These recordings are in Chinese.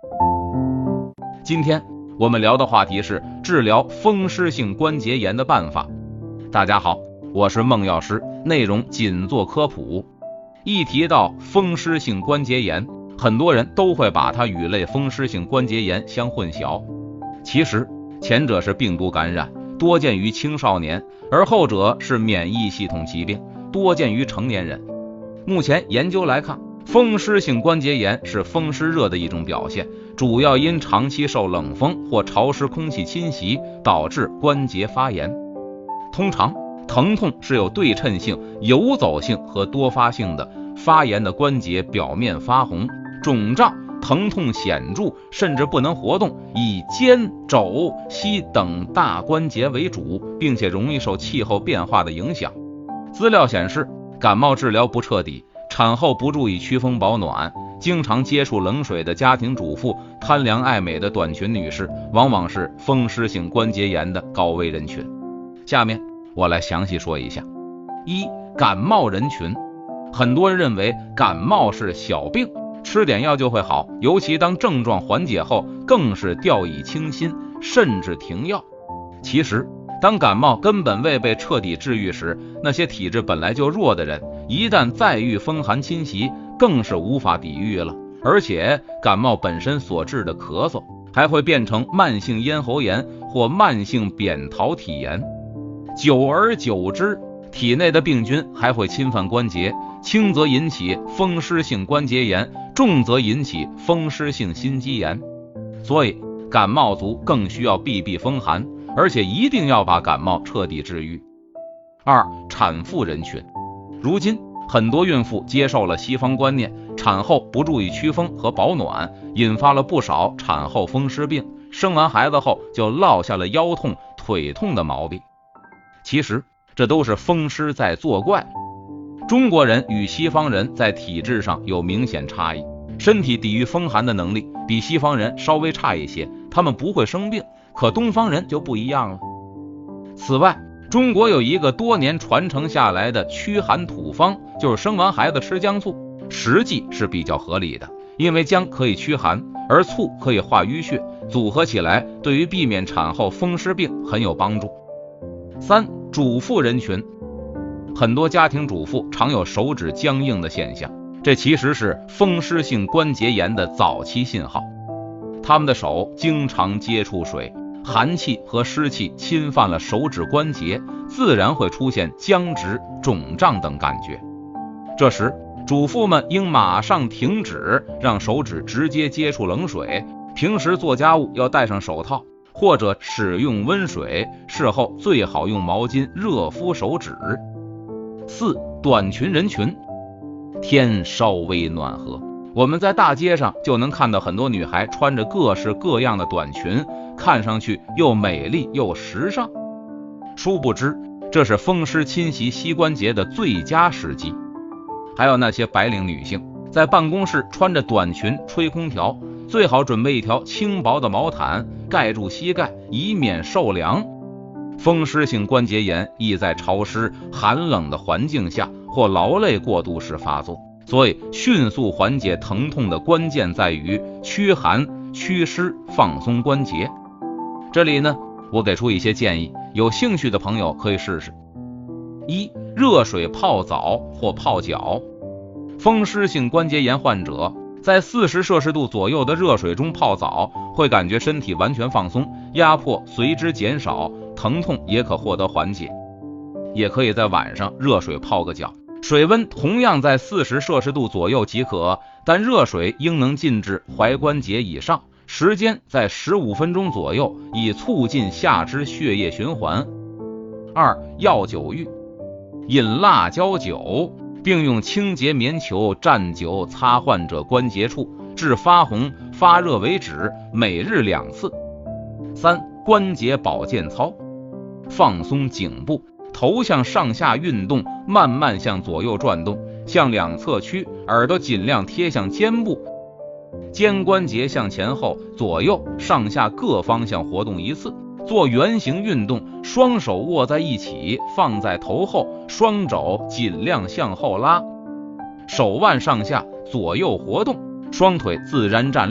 今天我们聊的话题是治疗风湿性关节炎的办法。大家好，我是孟药师，内容仅做科普。一提到风湿性关节炎，很多人都会把它与类风湿性关节炎相混淆。其实前者是病毒感染，多见于青少年，而后者是免疫系统疾病，多见于成年人。目前研究来看，风湿性关节炎是风湿热的一种表现，主要因长期受冷风或潮湿空气侵袭导致关节发炎。通常疼痛是有对称性、游走性和多发性的，发炎的关节表面发红、肿胀，疼痛显著，甚至不能活动，以肩、肘、膝等大关节为主，并且容易受气候变化的影响。资料显示，感冒治疗不彻底，产后不注意驱风保暖，经常接触冷水的家庭主妇，贪凉爱美的短裙女士，往往是风湿性关节炎的高危人群。下面我来详细说一下。一、感冒人群。很多人认为感冒是小病，吃点药就会好，尤其当症状缓解后，更是掉以轻心，甚至停药。其实当感冒根本未被彻底治愈时，那些体质本来就弱的人，一旦再遇风寒侵袭，更是无法抵御了。而且感冒本身所致的咳嗽，还会变成慢性咽喉炎或慢性扁桃体炎。久而久之，体内的病菌还会侵犯关节，轻则引起风湿性关节炎，重则引起风湿性心肌炎。所以感冒族更需要避风寒，而且一定要把感冒彻底治愈。二、产妇人群。如今很多孕妇接受了西方观念，产后不注意驱风和保暖，引发了不少产后风湿病，生完孩子后就落下了腰痛、腿痛的毛病。其实这都是风湿在作怪。中国人与西方人在体质上有明显差异，身体抵御风寒的能力比西方人稍微差一些，他们不会生病，可东方人就不一样了。此外，中国有一个多年传承下来的驱寒土方，就是生完孩子吃姜醋，实际是比较合理的，因为姜可以驱寒，而醋可以化淤血，组合起来对于避免产后风湿病很有帮助。三、主妇人群。很多家庭主妇常有手指僵硬的现象，这其实是风湿性关节炎的早期信号。他们的手经常接触水，寒气和湿气侵犯了手指关节，自然会出现僵直、肿胀等感觉。这时主妇们应马上停止让手指直接接触冷水，平时做家务要戴上手套，或者使用温水，事后最好用毛巾热敷手指。四、短裙人群。天稍微暖和，我们在大街上就能看到很多女孩穿着各式各样的短裙，看上去又美丽又时尚。殊不知，这是风湿侵袭膝关节的最佳时机。还有那些白领女性，在办公室穿着短裙吹空调，最好准备一条轻薄的毛毯盖住膝盖，以免受凉。风湿性关节炎易在潮湿、寒冷的环境下或劳累过度时发作，所以迅速缓解疼痛的关键在于驱寒、祛湿、放松关节。这里呢，我给出一些建议，有兴趣的朋友可以试试。一、热水泡澡或泡脚。风湿性关节炎患者在40摄氏度左右的热水中泡澡，会感觉身体完全放松，压迫随之减少，疼痛也可获得缓解。也可以在晚上热水泡个脚，水温同样在40摄氏度左右即可，但热水应能浸至踝关节以上，时间在15分钟左右，以促进下肢血液循环。二、药酒浴。饮辣椒酒，并用清洁棉球蘸酒擦患者关节处，至发红发热为止，每日2次。三、关节保健操。放松颈部，头向上下运动，慢慢向左右转动，向两侧屈，耳朵尽量贴向肩部，肩关节向前后、左右、上下各方向活动1次。做圆形运动，双手握在一起，放在头后，双肘尽量向后拉，手腕上下左右活动，双腿自然站立，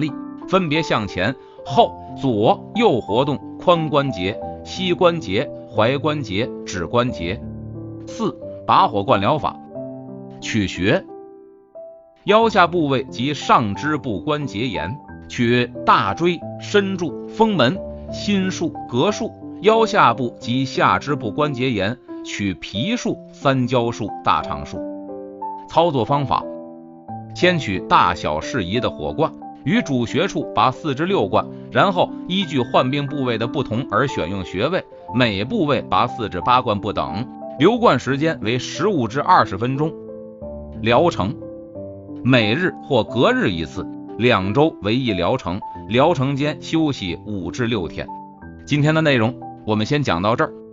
分别向前、后、左右活动髋关节、膝关节、踝关节、指关节。4. 拔火灌疗法。取穴。腰下部位及上肢部关节炎，取大椎、身柱、风门、心腧、膈腧；腰下部及下肢部关节炎，取脾腧、三焦腧、大肠腧。操作方法：先取大小适宜的火罐，于主穴处拔4至6罐，然后依据患病部位的不同而选用穴位，每部位拔4至8罐不等，留灌时间为15至20分钟。疗程：每日或隔日一次，2周为一疗程，疗程间休息5至6天。今天的内容我们先讲到这儿。